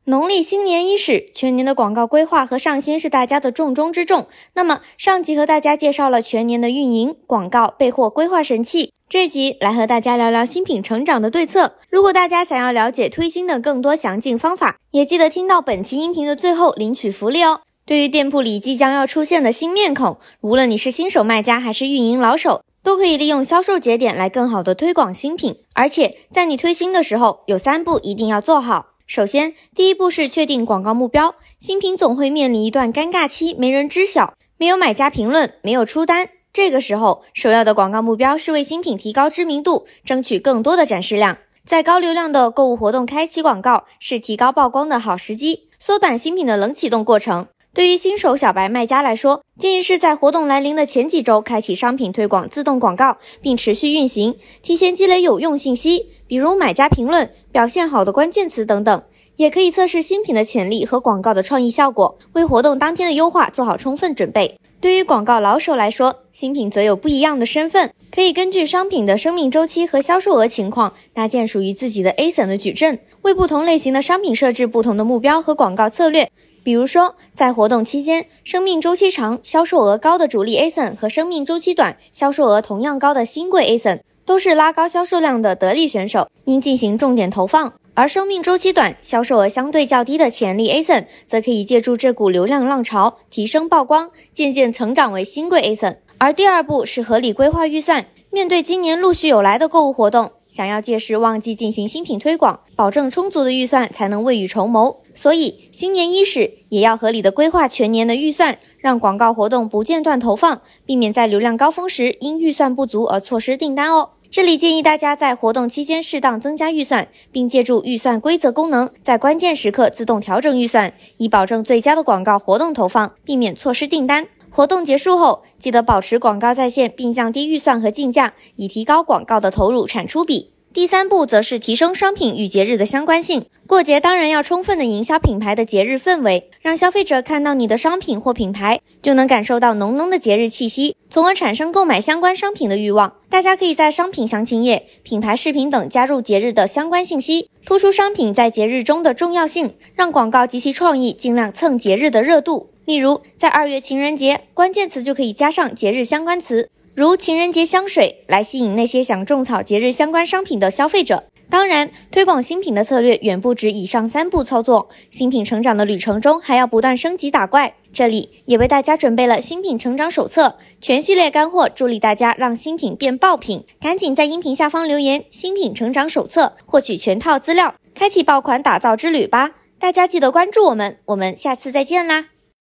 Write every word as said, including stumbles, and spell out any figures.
农历新年伊始，全年的广告规划和上新是大家的重中之重。那么上集和大家介绍了全年的运营、广告、备货规划神器，这集来和大家聊聊新品成长的对策。如果大家想要了解推新的更多详尽方法，也记得听到本期音频的最后领取福利哦。对于店铺里即将要出现的新面孔，无论你是新手卖家还是运营老手，都可以利用销售节点来更好的推广新品。而且在你推新的时候，有三步一定要做好。首先，第一步是确定广告目标。新品总会面临一段尴尬期，没人知晓，没有买家评论，没有出单。这个时候，首要的广告目标是为新品提高知名度，争取更多的展示量。在高流量的购物活动开启广告，是提高曝光的好时机，缩短新品的冷启动过程。对于新手小白卖家来说，建议是在活动来临的前几周开启商品推广自动广告，并持续运行，提前积累有用信息，比如买家评论、表现好的关键词等等。也可以测试新品的潜力和广告的创意效果，为活动当天的优化做好充分准备。对于广告老手来说，新品则有不一样的身份，可以根据商品的生命周期和销售额情况，搭建属于自己的 A S I N 的矩阵，为不同类型的商品设置不同的目标和广告策略。比如说，在活动期间，生命周期长、销售额高的主力 A S I N 和生命周期短、销售额同样高的新贵 A S I N 都是拉高销售量的得力选手，应进行重点投放。而生命周期短、销售额相对较低的潜力 A S I N 则可以借助这股流量浪潮提升曝光，渐渐成长为新贵 A S I N。而第二步是合理规划预算。面对今年陆续有来的购物活动，想要届时旺季进行新品推广，保证充足的预算才能未雨绸缪。所以新年伊始也要合理的规划全年的预算，让广告活动不间断投放，避免在流量高峰时因预算不足而错失订单哦。这里建议大家在活动期间适当增加预算，并借助预算规则功能，在关键时刻自动调整预算，以保证最佳的广告活动投放，避免错失订单。活动结束后，记得保持广告在线，并降低预算和竞价，以提高广告的投入产出比。第三步则是提升商品与节日的相关性。过节当然要充分的营销品牌的节日氛围，让消费者看到你的商品或品牌，就能感受到浓浓的节日气息，从而产生购买相关商品的欲望。大家可以在商品详情页、品牌视频等加入节日的相关信息，突出商品在节日中的重要性，让广告及其创意尽量蹭节日的热度。例如，在二月情人节，关键词就可以加上节日相关词，如情人节香水，来吸引那些想种草节日相关商品的消费者。当然，推广新品的策略远不止以上三步操作，新品成长的旅程中还要不断升级打怪。这里也为大家准备了新品成长手册，全系列干货，助力大家让新品变爆品。赶紧在音频下方留言新品成长手册，获取全套资料，开启爆款打造之旅吧。大家记得关注我们，我们下次再见啦。